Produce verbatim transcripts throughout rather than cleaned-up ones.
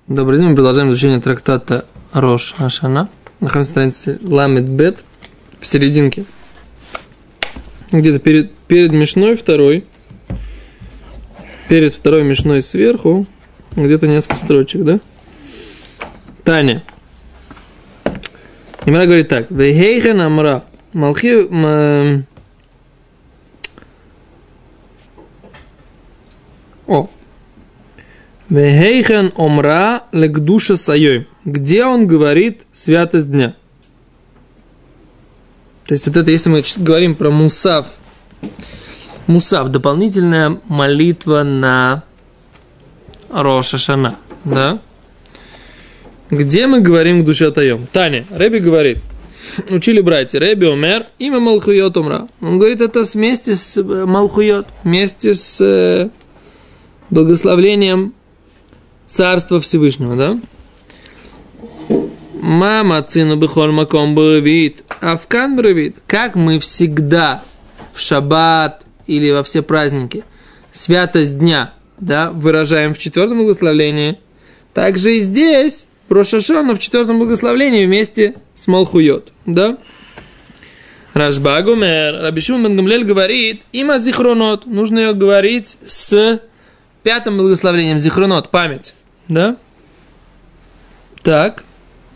Добрый день, мы продолжаем изучение трактата Рош Ашана. Находимся на странице Ламед Бет, в серединке. Где-то перед, перед Мишной второй, перед второй Мишной сверху, где-то несколько строчек, да? Таня. Гемара говорит так. Вейхейхен амра. Малхи... М... О. Вейхейхен омра легдуша сайой. Где он говорит святость дня? То есть вот это, если мы говорим про мусав. Мусав, дополнительная молитва на Рош Ашана, да? Где мы говорим к душе таем? Таня, Реби говорит, учили братья, Реби омер, имя Малхуйот омра. Он говорит это вместе с Малхуйот, вместе с благословлением Царства Всевышнего, да? Мама цину бихоль маком бравит, авкан бравит. Как мы всегда в шаббат или во все праздники святость дня, да, выражаем в четвертом благословении, так же и здесь в Рош Ашана в четвертом благословении вместе с Малхуйот, да? Рашба гумер, Раби Шимон бен Гамлиэль говорит, има зихронот, нужно ее говорить с пятым благословением, зихронот, память, да? Так.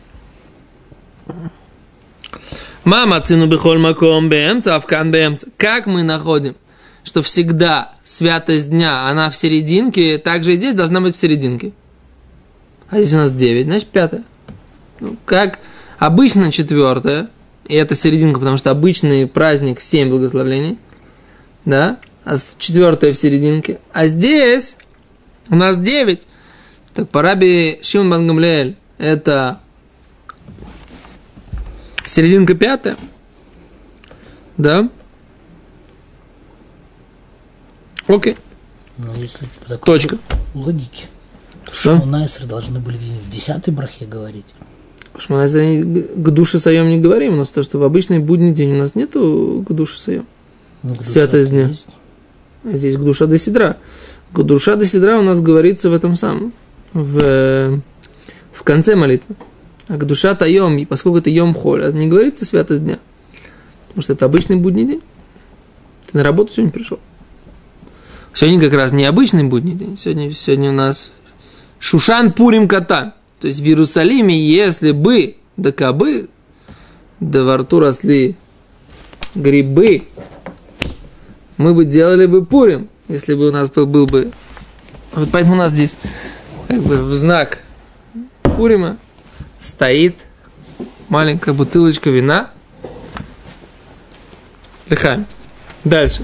Мама цину бихоль маком бэмца, авкан бэмца. Как мы находим, что всегда святость дня, она в серединке, так же и здесь должна быть в серединке. А здесь у нас девять, значит пятая. Ну, как обычно четвертая, и это серединка, потому что обычный праздник семь благословений, да, а четвертая в серединке. А здесь у нас девять. Так по Раби Шимон бен Гамлиэль это серединка пятая, да? Окей. Ну, если по такой точка. Логике, что Шмона-Эсрей должны были в десятой брахе говорить. Шмона-Эсрей к душе Сайом не говорим. У нас то, что в обычный будний день у нас нету к душе Сайом. Ну, святость дня. Есть. А здесь к душа до седра. К душа до седра у нас говорится в этом самом, в, в конце молитвы. А к душа таем, поскольку это йом холь, а не говорится святость дня. Потому что это обычный будний день. Ты на работу сегодня пришел. Сегодня как раз не обычный будний день. Сегодня, сегодня у нас Шушан Пурим Катан. То есть в Иерусалиме, если бы, да кабы, да во рту росли грибы, мы бы делали бы Пурим, если бы у нас был бы... Вот поэтому у нас здесь как бы в знак Пурима стоит маленькая бутылочка вина. Лихаем. Дальше.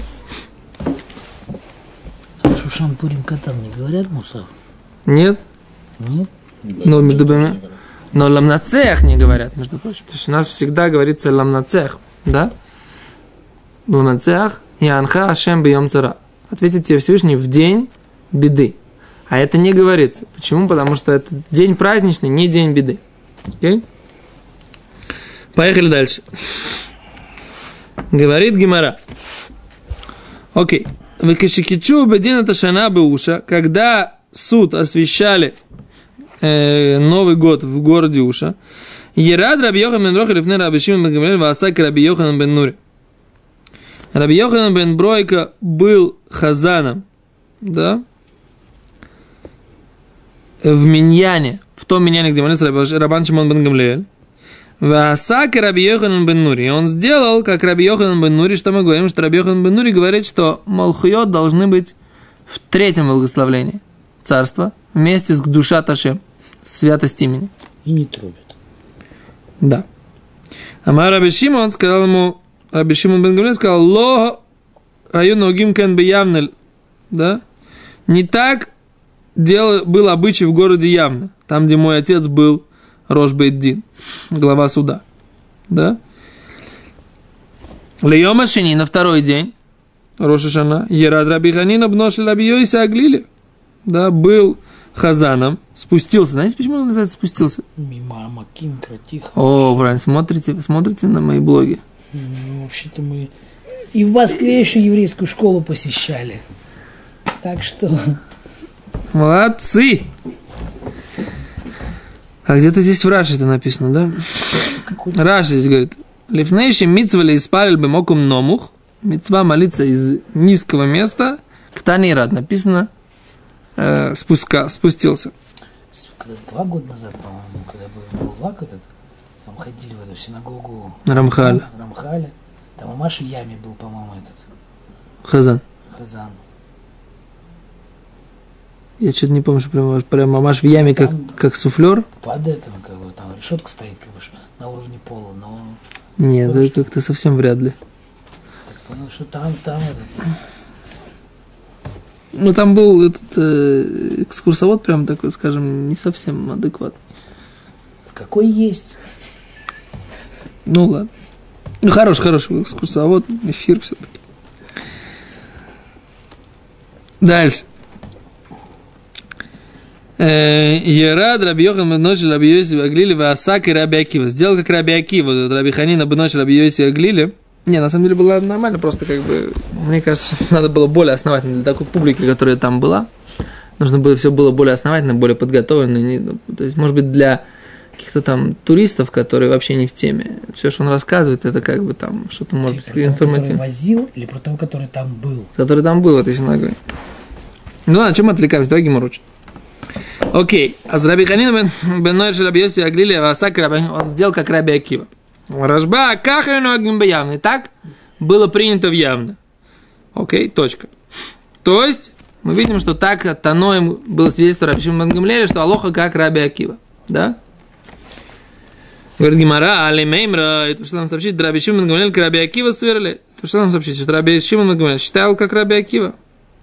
Шушан Пурим Катан не говорят мусав? Нет. Нет? Но между нами... Но ламнацех не говорят, между прочим. То есть у нас всегда говорится ламнацех, да? Ламнацех янха ашем бьем цара. Ответит тебе Всевышний в день беды. А это не говорится. Почему? Потому что это день праздничный, не день беды. Окей? Поехали дальше. Говорит Гемара. Окей. Векешикичу бедин это шана беуша, когда суд освещали э, Новый год в городе Уша, Ерад Раби Йохан бен Рохи лифней Раби Шимон бен Гамлиэль ваасак Раби Йоханан бен Нури. Раби Йоханан бен Бройка был хазаном, да, в миньяне, в том миньяне, где молился Рабан Шимон бен Гамлиэль. Ваасак Раби Йоханан бен Нури. И он сделал, как Раби Йоханан бен Нури, что мы говорим, что Раби Йоханан бен Нури говорит, что Малхуйот должны быть в третьем благословении царства, вместе с Гдушат Ашем, святость имени. И не трубят. Да. А Раби Шимон сказал ему, Раби Шимон бен Гамлиэль сказал, ло аю ногим кен беявнель, да? Не так дело, был обычай в городе Явна, там, где мой отец был Рош бейт-дин, глава суда, да? Лейом ашини, на второй день Рош Ашана, Ерад Раби Ханина бношель Раби Йоиса Аглили, да, был хазаном, спустился. Знаете, почему он называется спустился? Мимо Ким Кратиха. О, правильно, смотрите, смотрите на мои блоги. Ну, вообще-то мы и в Москве еще еврейскую школу посещали. Так что... Молодцы! А где-то здесь в Раши это написано, да? Какой-то... Раши здесь говорит. Лифнейши митцвали испалил бы мокум номух. Митцва молиться из низкого места. Ктанирад написано. Э, спуска, спустился. Когда два года назад, по-моему, когда был влак этот, там ходили в эту синагогу Рамхаль. Рамхаля. Там Амаш в яме был, по-моему, этот. Хазан. Хазан. Я что-то не помню, что прям, прям Мамаш в яме, как, Там как суфлер. Под этим, как бы, там решетка стоит, как бы, на уровне пола, но... Нет, Такое, это как-то совсем вряд ли. Так понял, что там, там этот... Ну, там был этот э, экскурсовод прям такой, скажем, не совсем адекватный. Какой есть? Ну, ладно. Ну, хороший, хороший экскурсовод, эфир все-таки. Дальше. Ерад Раби Йохан бен Ноши Раби Йоси Аглили Ваасак и Раби Акива. Сделал как Раби Акива. Раби Ханина бен Ноши Раби Йоси Аглили. Не, на самом деле было нормально, просто как бы, мне кажется, надо было более основательно для такой публики, которая там была. Нужно было, все было более основательно, более подготовлено. Не, ну, то есть, может быть, для каких-то там туристов, которые вообще не в теме. Все, что он рассказывает, это как бы там что-то, может быть, информативное. Который возил или про того, который там был? Который там был в этой синагоге. Ну ладно, чем мы отвлекаемся? Давай Гемору учим. Окей. А с Раби Ханина бен Ноши Раби Йоси Аглили Ваасак он сделал как Раби Акива. Рашба, как явно. И так было принято в явно. Окей, точка. То есть, мы видим, что так от Таноем было свидетельство Раби Шимон бен Гамлиэля, что Алоха как Раби Акива. Да? Говорит Гемара, али меймра, это что нам сообщит, Раби Шимон бен Гамлиэль к Раби Акива сверли. Это что нам сообщит, что Раби Шимон бен Гамлиэль считал как Раби Акива.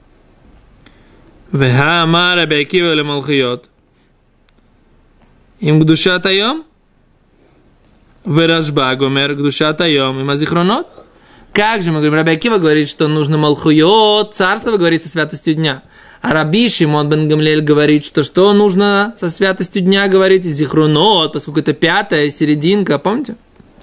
Веха ама Раби Акива ле малхиот. Им гдуша тайом. Вырашба гомер гдуша тайом. Им азихронот. Как же мы говорим, Раби Акива говорит, что нужно малхиот, царство говорит со святостью дня. А Раби Шимон бен Гамлиэль говорит, что что нужно со святостью дня говорить? Зихронот, поскольку это пятая серединка, помните?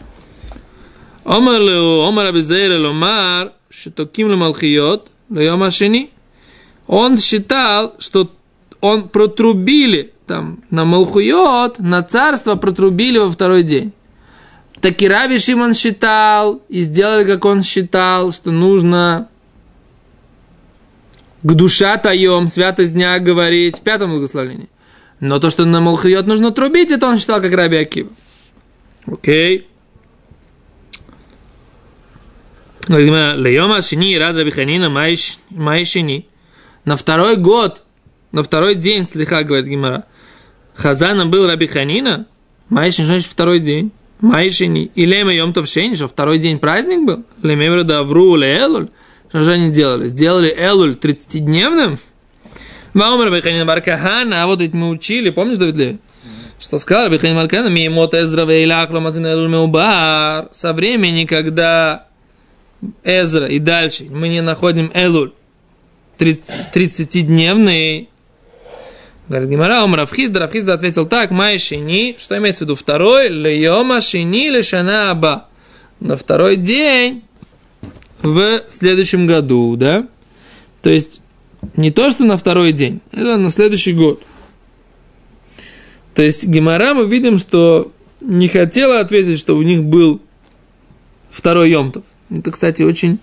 Омар леу, омар Раби Зейр ломар, шетоким ле малхиот, леом ашени. Он считал, что он протрубили там на Малхуйот, на царство протрубили во второй день. Так и Раби Шимон считал, и сделали, как он считал, что нужно к душа таем, святость дня говорить в пятом благословении. Но то, что на Малхуйот нужно трубить, это он считал, как Раби Акива. Окей. Лейома шини рад Раби Ханина май шини. На второй год, на второй день, слегка, говорит Гемара, Хазана был Раби Ханина, Майшин, значит, второй день, Майшини, и Лема Йом Тов Шени, что второй день праздник был, Лемевра Давру Ле Элуль, что же они делали? Сделали Элуль тридцатидневным? Ваумер Раби Ханина бар Кахана, а вот ведь мы учили, помнишь, Давид Леви? Что сказал Раби Ханина бар Кахана, Миемот Эзра Вейлах Ломацин Элуль Меубар, со времени, когда Эзра и дальше мы не находим Элуль, тридцатидневный. Говорит Гемара, ом Равхизда, Равхизда ответил так, май шини, что имеется в виду? Второй, лейома шини лешана аба. На второй день в следующем году, да? То есть, не то, что на второй день, это на следующий год. То есть, Гемара мы видим, что не хотела ответить, что у них был второй Йом-Тов. Это, кстати, очень...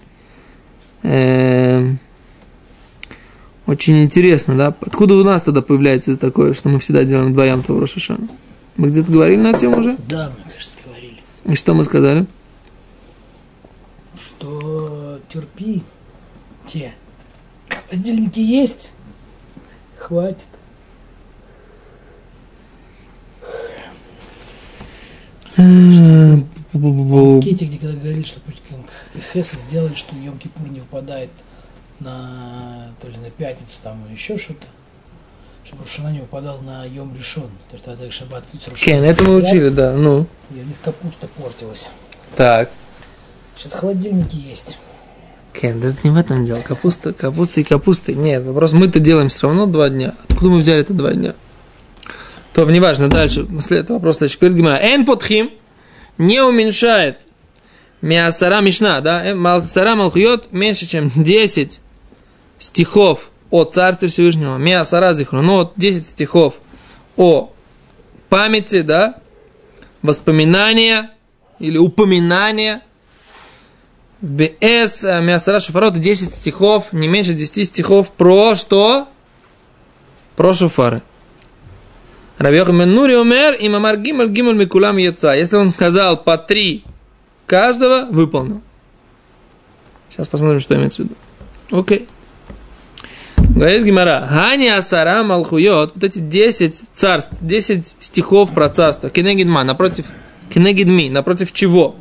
Э- Очень интересно, да? Откуда у нас тогда появляется такое, что мы всегда делаем два Йом Това в Рош ха-Шана? Мы где-то говорили на эту тему уже? Да, мне кажется, говорили. И что мы сказали? Что терпи, те. Холодильники есть? Хватит. В Кете, где когда говорили, что Хеса сделали, что Йом-Кипур не выпадает на, то ли на пятницу, там еще что-то, чтобы Рошана не выпадал на Йом Ришон, то есть тогда Шаббат с Рошана. Кен, это мы учили, да, ну. И у них капуста портилась. Так. Сейчас холодильники есть. Кен, да это не в этом дело, капуста, капуста и капуста. Нет, вопрос, мы-то делаем все равно два дня. Откуда мы взяли это два дня? То, неважно, дальше, это вопрос следующий. Говорит Гемара, эн подхим не уменьшает миасара мишна, да, миасара малхиот меньше, чем десять стихов о Царстве Всевышнего, миасара зихронот, десять стихов о памяти, да, воспоминания или упоминания. Бс Миасара Шофарот, десять стихов, не меньше десяти стихов про что? Про шофары. Раби Йоханан бен Нури умер, им амар гималь гималь микулам яца. Если он сказал по три каждого, выполнил. Сейчас посмотрим, что имеется в виду. Окей. Говорит Гемара, Хани Асара Малхуйот, вот эти десять царств, десять стихов про царство, Кенегидма, напротив, Кенегидми, напротив чего?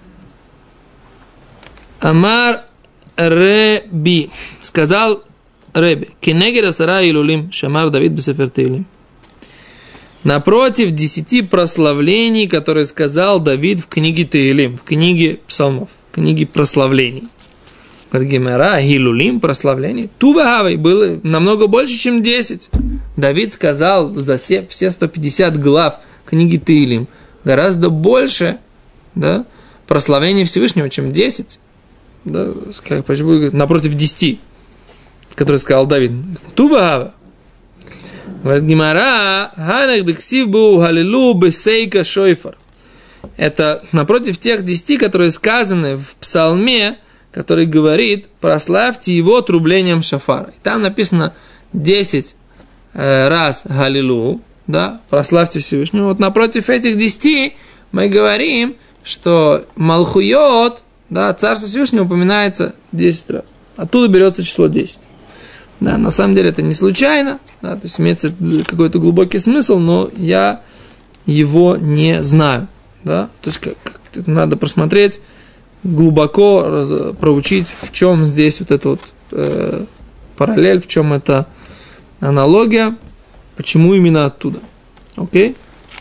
Амар Реби, сказал Реби, Кенегид Асара Илулим, Шамар Давид Бесефер Теилим. Напротив десяти прославлений, которые сказал Давид в книге Теилим, в книге псалмов, в книге прославлений. Гемара, Гилулим, прославлений. Тувагавой было намного больше, чем десять. Давид сказал за все, все сто пятьдесят глав книги Теилим гораздо больше, да, прославлений Всевышнего, чем десять. Да, как, почему, напротив десяти, которые сказал Давид. Тувагава. Говорит Гемара, Ханах дексив бу галилу бесейка шойфар. Это напротив тех десяти, которые сказаны в псалме, который говорит, прославьте его трублением шафара. И там написано десять э, раз галилу, да, прославьте Всевышнего. Вот напротив этих десяти мы говорим, что Малхуйот, да, Царство Всевышнего упоминается десять раз. Оттуда берется число десять. Да, на самом деле это не случайно, да, то есть имеется какой-то глубокий смысл, но я его не знаю. Да, то есть как, как, надо просмотреть, глубоко раз, проучить, в чем здесь вот эта вот э, параллель, в чем эта аналогия, почему именно оттуда. Окей?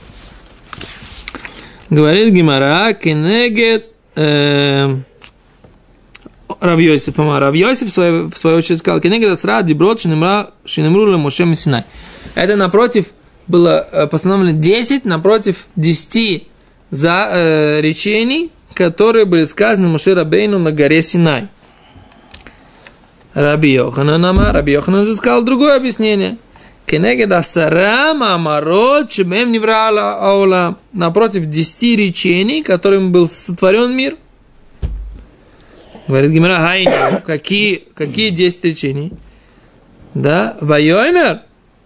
Говорит Гемара, кенегет э, Рав Йосиф, Рав Йосиф в свою, в свою очередь сказал, кенегет асра диброд шинемру ле Моше Месинай. Это напротив было постановлено десять, напротив десяти за э, речений, которые были сказаны Моше Рабейну на горе Синай. Раби Йоханан ама, Раби Йоханан же сказал другое объяснение. Кенегед асарам амарот шебем неврала аула. Напротив десяти речений, которым был сотворен мир. Говорит Гемара, хайну, какие, какие десять речений? Да, вайоймер,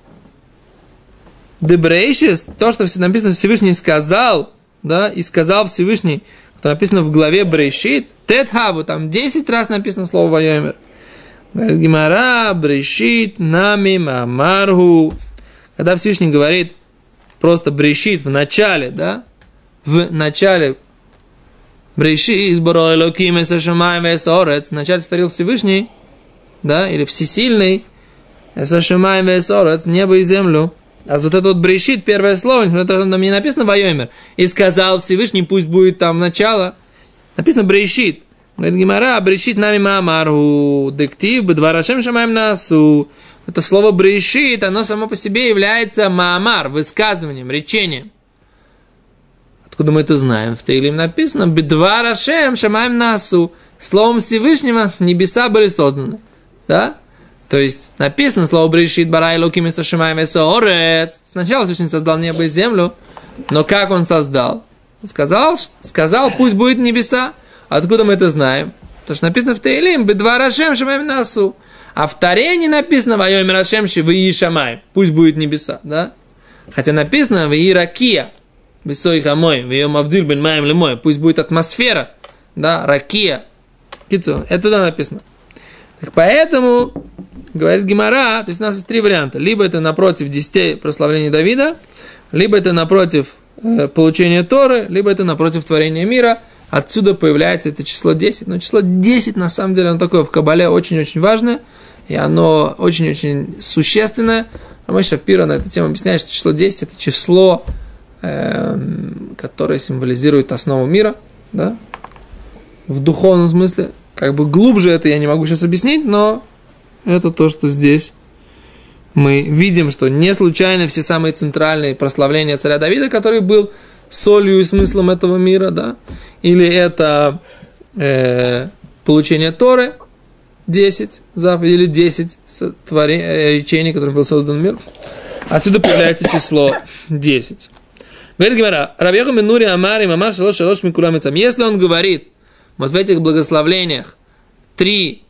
дебрейшис, то, что написано Всевышний сказал, да, и сказал Всевышний, что написано в главе Брейшит, Тетхаву, там десять раз написано слово Вайомер. Говорит Гемара, Брейшит, Нами, Мамаргу. Когда Всевышний говорит просто Брейшит в начале, да, в начале Брейшит, Изборо Элоким, Эсашамаем, Эсорец, в начале створил Всевышний, да, или Всесильный, Эсашамаем, Эсорец, небо и землю. А вот это вот Брейшит, первое слово, там не написано Вайомер. И сказал Всевышний, пусть будет там начало. Написано Брейшит. Говорит Гемара, Брейшит нами маамару, дектив, бедварашем шамаем насу. Это слово Брейшит, оно само по себе является маамар, высказыванием, речением. Откуда мы это знаем? В Теилим написано, бедварашем шамаем насу. Словом Всевышнего небеса были созданы. Да? То есть написано слово Брейшит барай луким эсашимаем эсоорец. Сначала Всевышний создал небо и землю, но как он создал? Сказал, сказал, пусть будет небеса. Откуда мы это знаем? Потому что написано в Теилим бедва рашем шамаем насу. А в Торе не написано вайомер рашем шивии шамаем. Пусть будет небеса, да? Хотя написано вии ракия бесой хамой вием авдиль бен маем лемой. Пусть будет атмосфера, да, ракия. Кицу, это туда написано. Так поэтому говорит Гемара, то есть у нас есть три варианта. Либо это напротив десяти прославлений Давида, либо это напротив э, получения Торы, либо это напротив творения мира. Отсюда появляется это число десять. Но число десять, на самом деле, оно такое в Кабале очень-очень важное, и оно очень-очень существенное. Рамой Шапира на эту тему объясняет, что число десять – это число, э, которое символизирует основу мира, да? В духовном смысле. Как бы глубже это я не могу сейчас объяснить, но это то, что здесь мы видим, что не случайно все самые центральные прославления царя Давида, который был солью и смыслом этого мира, да, или это э, получение Торы, десять заповедей, или десять творений, речений, которым был создан мир. Отсюда появляется число десять. Говорит Гемара, Раби Йохан бен Нури Амар им Амар шалош шалош микулам мицам. Если он говорит вот в этих благословлениях три,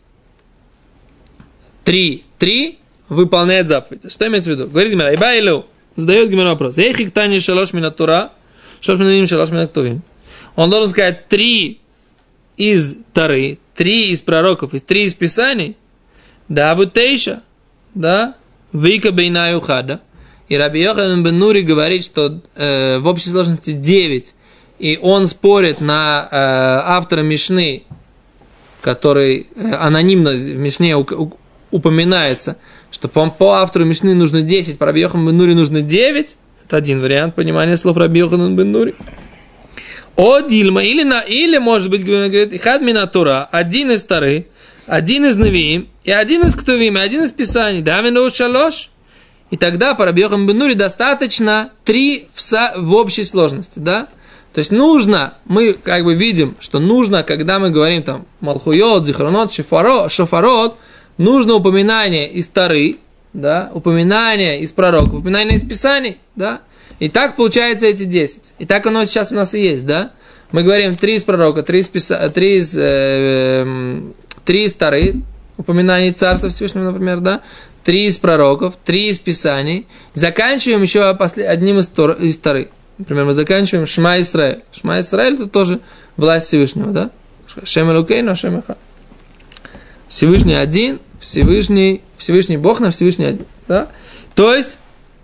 три, три, выполняет заповедь. Что имеется в виду? Говорит Гемара, Иба Илу, задает Гемара вопрос. Эйхик тани шалош мина Тура, шалош мина шалош мина ктувим. Он должен сказать три из Торы, три из пророков, и три из Писаний. Да, вот тейша, да, вика бейнаю хада. И Раби Йохан бен Нури говорит, что э, в общей сложности девять, и он спорит на э, автора Мишны, который э, анонимно в Мишне у, у, упоминается, что по, по автору Мишны нужно десять, по Раби Йохану бен Нури нужно девять. Это один вариант понимания слов Раби Йохана бен Нури. О Дильма, или, на, или может быть, говорит, Ихад мина Тура, один из Торы, один из Навиим, и один из Ктувим, и один из Писаний, да, мину шалош. И тогда по Раби Йохану бен Нури достаточно три в, со, в общей сложности, да? То есть нужно, мы как бы видим, что нужно, когда мы говорим там Малхуйот, Зихронот, Шофарот, нужно упоминание из Торы, да, упоминание из пророков, упоминание из Писаний, да? И так получается эти десять. И так оно сейчас у нас и есть, да? Мы говорим три из пророка, три из, писа, три из, э, э, три из Торы, упоминание Царства Всевышнего, например, да? Три из пророков, три из Писаний. Заканчиваем еще послед... одним из, тор... из Торы. Например, мы заканчиваем Шма Исраэль. Шма Исраэль это тоже власть Всевышнего, да? Шем Элокейну, Шем Эхад. Всевышний один, Всевышний, Всевышний Бог наш, Всевышний один, да? То есть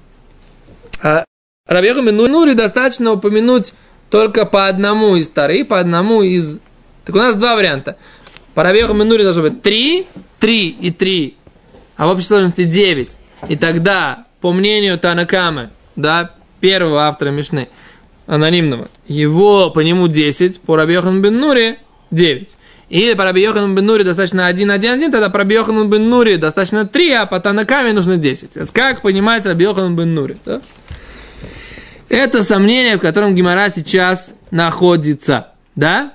Раби Йохан бен Нури достаточно упомянуть только по одному из Торы, по одному из... Так у нас два варианта. По Раби Йохан бен Нури должно быть три, три и три, а в общей сложности девять. И тогда, по мнению Тана Камы, да, первого автора Мишны, анонимного, его по нему десять, по Раби Йохану бен Нури девять. Или по Раби Йохану бен Нури достаточно один, один, один, тогда по Раби Йохану бен Нури достаточно три, а по Тана Каме нужно десять. Как понимает Раби Йохану бен Нури, да? Это сомнение, в котором Гемара сейчас находится, да?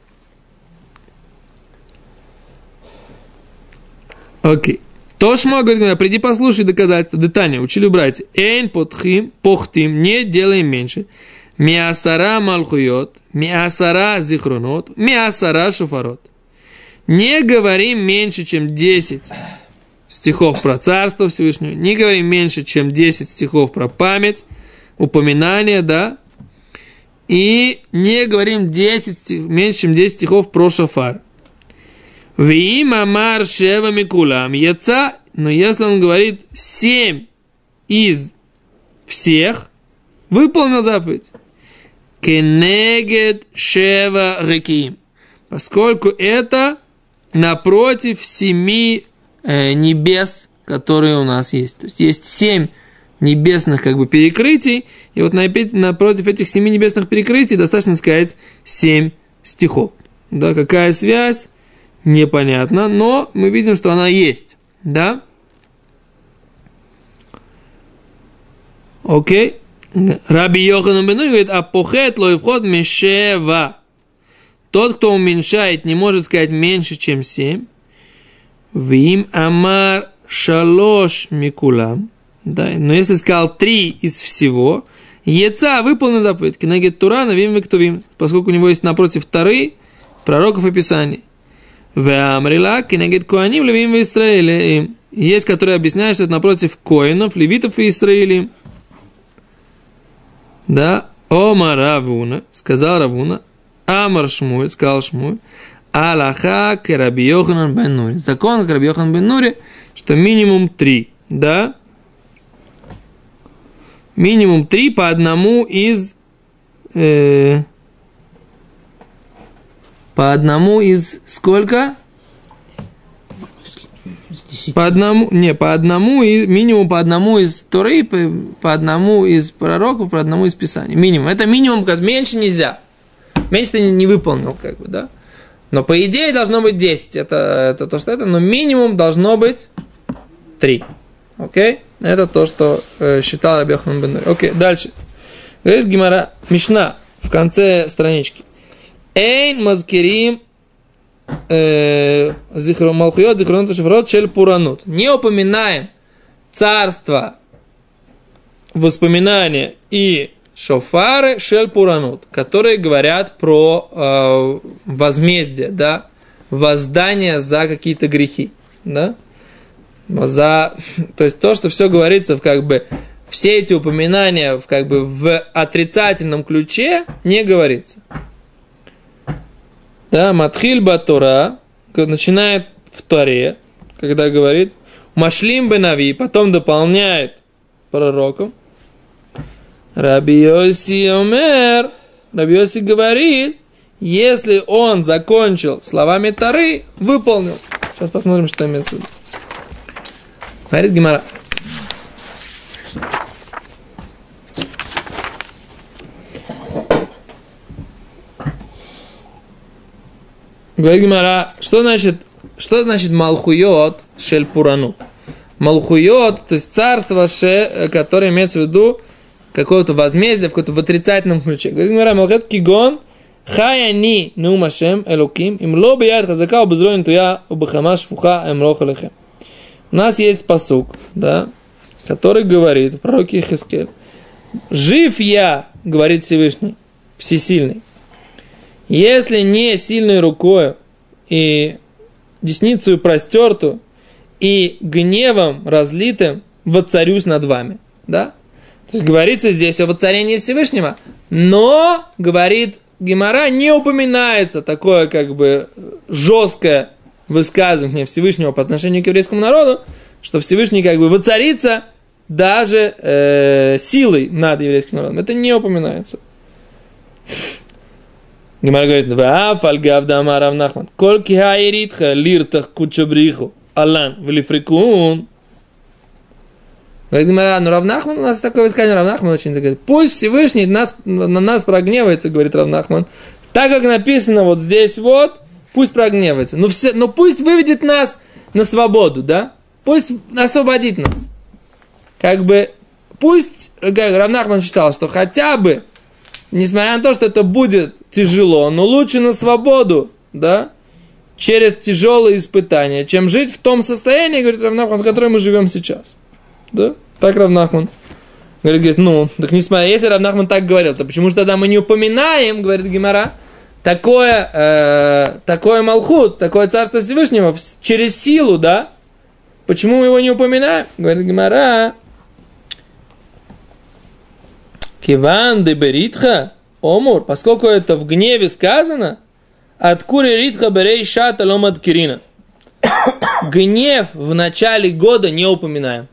Окей. Тошма говорит, приди послушай доказательства. Детание, учили братья. Эйн потхим, похтим, не делаем меньше. Миасара малхуйот, миасара зихронот, миасара шофарот. Не говорим меньше, чем десять стихов про Царство Всевышнего. Не говорим меньше, чем десять стихов про память, упоминания, да. И не говорим десять стих, меньше, чем десять стихов про шофар. Вим амар шева микулам яца, но если он говорит семь из всех, выполнил заповедь. Кенегет шева реким, поскольку это напротив семи э, небес, которые у нас есть. То есть есть семь небесных как бы перекрытий, и вот напротив этих семи небесных перекрытий достаточно сказать семь стихов. Да, какая связь? Непонятно, но мы видим, что она есть, да? Окей. Раби Йохан бен Нури говорит, апохет ло вход мешева. Тот, кто уменьшает, не может сказать меньше, чем семь. Вим амар шалош микулам. Да, но если сказал три из всего, еца выполнил заповедь. Кенегет Тура навим вектувим, поскольку у него есть напротив Торы, пророков и Писаний. Веамрила кенегет коаним левим в Израиле. Есть, которые объясняют, что это напротив коинов, левитов и Израилим. Да, Ома Равуна, сказал Равуна, Амар Шмуль, сказал Шмуль, Аллаха к Раби Йоханан бен Нури. Закон к Раби Йоханан бен Нури, что минимум три, да? Минимум три по одному из... Э, по одному из сколько? По одному, не, по одному, минимум по одному из Торы, по, по одному из пророков, по одному из Писаний. Минимум. Это минимум, как меньше нельзя. Меньше ты не, не выполнил, как бы, да. Но по идее должно быть десять. Это, это то, что это, но минимум должно быть три. Окей? Это то, что э, считал Раби Йохан бен Нури. Окей, дальше. Говорит Гемара, Мишна, в конце странички. Эйн мазкирим Малхуйот, Зихронот, Шофарот, Шель Пуранут. Не упоминаем царство, воспоминания и шофары шель пуранут, которые говорят про э, возмездие, да, воздание за какие-то грехи, да, за, то есть то, что все говорится в как бы, все эти упоминания в как бы в отрицательном ключе не говорится. Да, матхиль батора начинает в Торе, когда говорит машлим бенави, потом дополняет пророком. Раби Йоси омер, Раби Йоси говорит, если он закончил словами Торы, выполнил. Сейчас посмотрим, что имеется в виду. Говорит Гемара. Говорит Гемара, что значит, что значит малхуйот шель пуранут? Малхуйот, то есть царство, которое имеется в виду какое-то возмездие, в каком-то в отрицательном ключе. Говорит Гемара, малхет кигон, хаяни неумашем элоким, им ло бияд хазака убезроин туя убахама шфуха эмрох алехем. У нас есть пасук, да, который говорит в пророке Йехескель, жив я, говорит Всевышний, всесильный, если не сильной рукой и десницей простертую и гневом разлитым воцарюсь над вами, да? То есть говорится здесь о воцарении Всевышнего, но, говорит Гемара, не упоминается такое как бы жесткое высказывание Всевышнего по отношению к еврейскому народу, что Всевышний как бы воцарится даже э, силой над еврейским народом. Это не упоминается. Гемара говорит, «Ваав аль-гавда Рав Нахман, коль кихаиритха лиртах кучабриху, аллан велифрикун». Говорит Гемара, ну Рав Нахман, у нас такое высказывание, Рав Нахман очень говорит, пусть Всевышний нас, на нас прогневается, говорит Рав Нахман, так как написано вот здесь вот, пусть прогневается, но, все, но пусть выведет нас на свободу, да, пусть освободит нас. Как бы, пусть, как Рав Нахман считал, что хотя бы, несмотря на то, что это будет тяжело, но лучше на свободу, да, через тяжелые испытания, чем жить в том состоянии, говорит Рав Нахман, в котором мы живем сейчас. Да? Так Рав Нахман говорит, говорит, ну, так несмотря, если Рав Нахман так говорил, то почему же тогда мы не упоминаем, говорит Гемара, такое, э, такое малхут, такое царство Всевышнего через силу, да? Почему мы его не упоминаем? Говорит Гемара, киван де беритха омур, поскольку это в гневе сказано, от кури ритха берей шата ломад кирина. Гнев в начале года не упоминаем.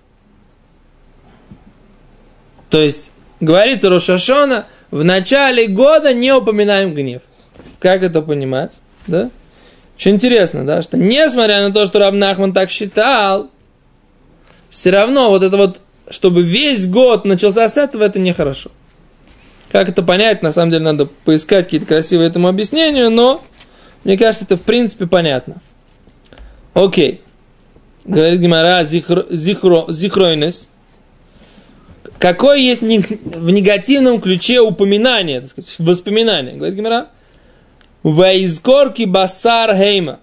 То есть, говорится Рош ха-Шана, в начале года не упоминаем гнев. Как это понимать? Да? Очень интересно, да, что несмотря на то, что Рав Нахман так считал, все равно вот это вот, чтобы весь год начался с этого, это нехорошо. Как это понять? На самом деле надо поискать какие-то красивые этому объяснению, но мне кажется, это в принципе понятно. Окей. Говорит Гемара, зихройнес. Какое есть в негативном ключе упоминание, так сказать, воспоминание? Говорит Гемара, ваизкорки басар хейма.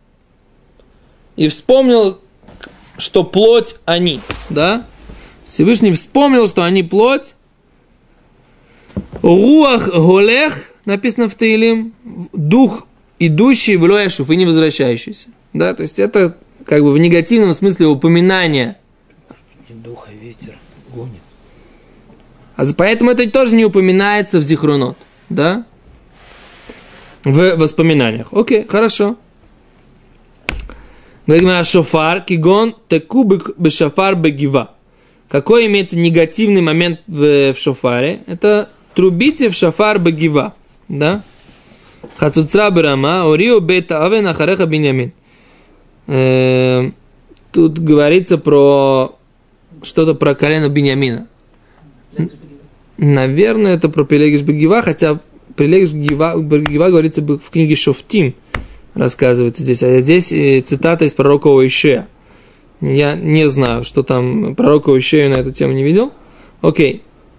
И вспомнил, что плоть они, да? Всевышний вспомнил, что они плоть. Руах голех, написано в Таилим, дух идущий в лояшуф и не возвращающийся. Да, то есть это как бы в негативном смысле упоминание. Дух, а ветер гонит. А поэтому это тоже не упоминается в зихронот, да? В воспоминаниях. Окей, хорошо. Говорим о шофар, кигон, текубик бешафар бегива. Какой имеется негативный момент в, в шофаре? Это трубите в шофар бегива, да? Хацуцра берама, орио бета авен ахареха биньямин. Тут говорится про что-то про колено Биньямина. Наверное, это про Пелегиш Бегива, хотя Пелегиш Бегива говорится в книге Шофтим, рассказывается здесь. А здесь цитата из пророка Оишея. Я не знаю, что там пророк Оишея на эту тему не видел. Окей.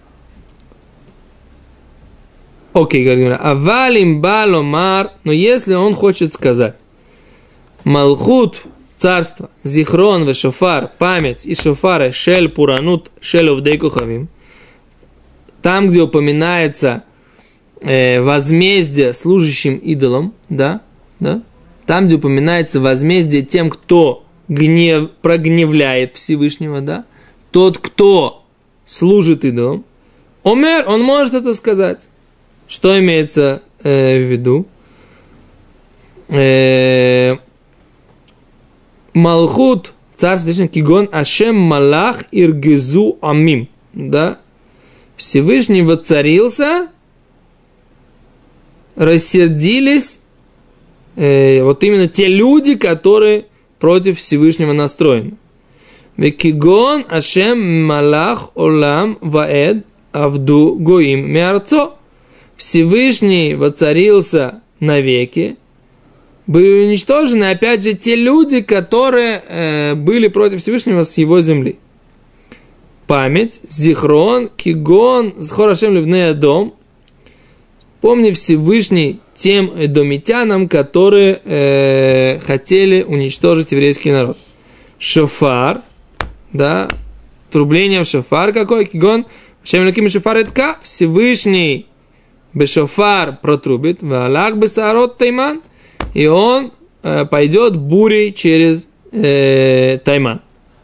Окей, говорит, авалим баломар, но если он хочет сказать, Малхут, царство, зихрон, вешофар, память и шофары, шель пуранут, шель овдей кухавим, там, где упоминается э, возмездие служащим идолам, да, да, там, где упоминается возмездие тем, кто гнев, прогневляет Всевышнего, да, тот, кто служит идолам, Омер, он может это сказать. Что имеется э, в виду? Э, Малхут, царство Кигон, Ашем Малах Иргизу Амим, да, Всевышний воцарился, рассердились э, вот именно те люди, которые против Всевышнего настроены. Векигон Ашем Малах Олам Ваэд Авду Гоим Меарцо. Всевышний воцарился навеки. Были уничтожены, опять же, те люди, которые э, были против Всевышнего с его земли. Память, Зихрон, Кигон, Зхор Ашем Ливней Адом. Помни Всевышний тем эдомитянам, которые э, хотели уничтожить еврейский народ. Шофар, да, трубление в шофар какой, Кигон, Ашем Леким Шофар Этка, Всевышний бешофар протрубит, Валах бесарот Тайман, и он э, пойдет бурей через э, Тайман.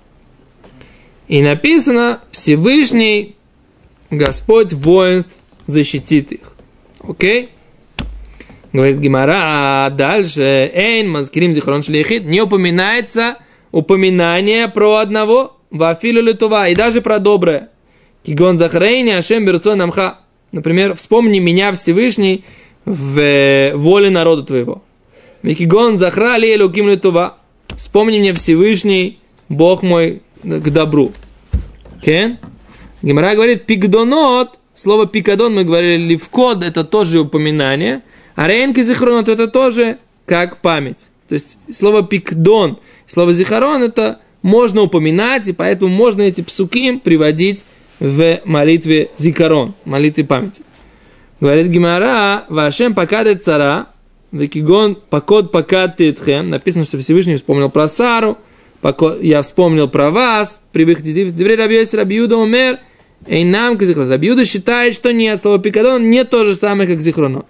И написано, Всевышний Господь воинств защитит их. Окей? Говорит Гемара, а дальше Эйн Мазкирим Зихрон Шлейхит, не упоминается упоминание про одного, Вафилу Литува, и даже про доброе. Кигон Захрейни Ашем Берцон Амха. Например, вспомни меня, Всевышний, в воле народа твоего. Кигон Захра Ли Элоким Литува. Вспомни мне, Всевышний, Бог мой, к добру. Okay? Гемара говорит, пикдонот, слово пикадон, мы говорили, ливкод, это тоже упоминание, а рейнки зихронот, это тоже как память. То есть слово пикдон, слово зихарон, это можно упоминать, и поэтому можно эти псуки приводить в молитве зикарон, молитве памяти. Говорит Гемара, вашем покадет цара, векигон покод покад тетхем, написано, что Всевышний вспомнил про Сару, я вспомнил про вас, при выходе из еврея Раби Йоси Раби Юда умер, и нам к зихрону. Раби Юда считает, что нет, слово пикадон не то же самое, как зихроно.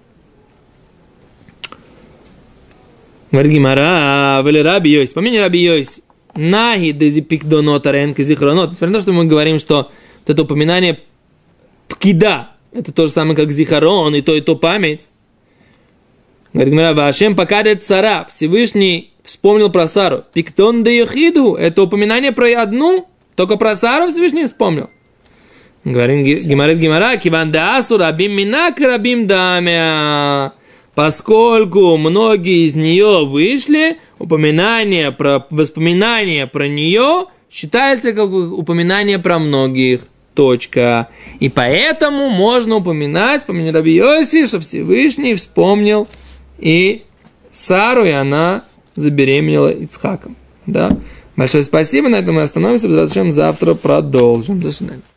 Говорит Гемара, вели Раби Йоси, по мнению Раби Йоси, наги дези пикдонот арен к зихронот. Несмотря на то, что мы говорим, что вот это упоминание пкида, это то же самое, как зихарон, и то, и то память. Говорит Гемара, вашем покадет цара, Всевышний вспомнил про Сару. Пиктон де Йохиду, это упоминание про одну, только про Сару Всевышний вспомнил. Говорит Гемара, Гемара, киван да асу рабим минак рабим дамя. Поскольку многие из нее вышли, упоминание про, воспоминание про нее считается как упоминание про многих. Точка. И поэтому можно упоминать, по мнению Раби Йоси, что Всевышний вспомнил и Сару, и она забеременела Ицхаком. Да? Большое спасибо, на этом мы остановимся. Завтра продолжим. До свидания.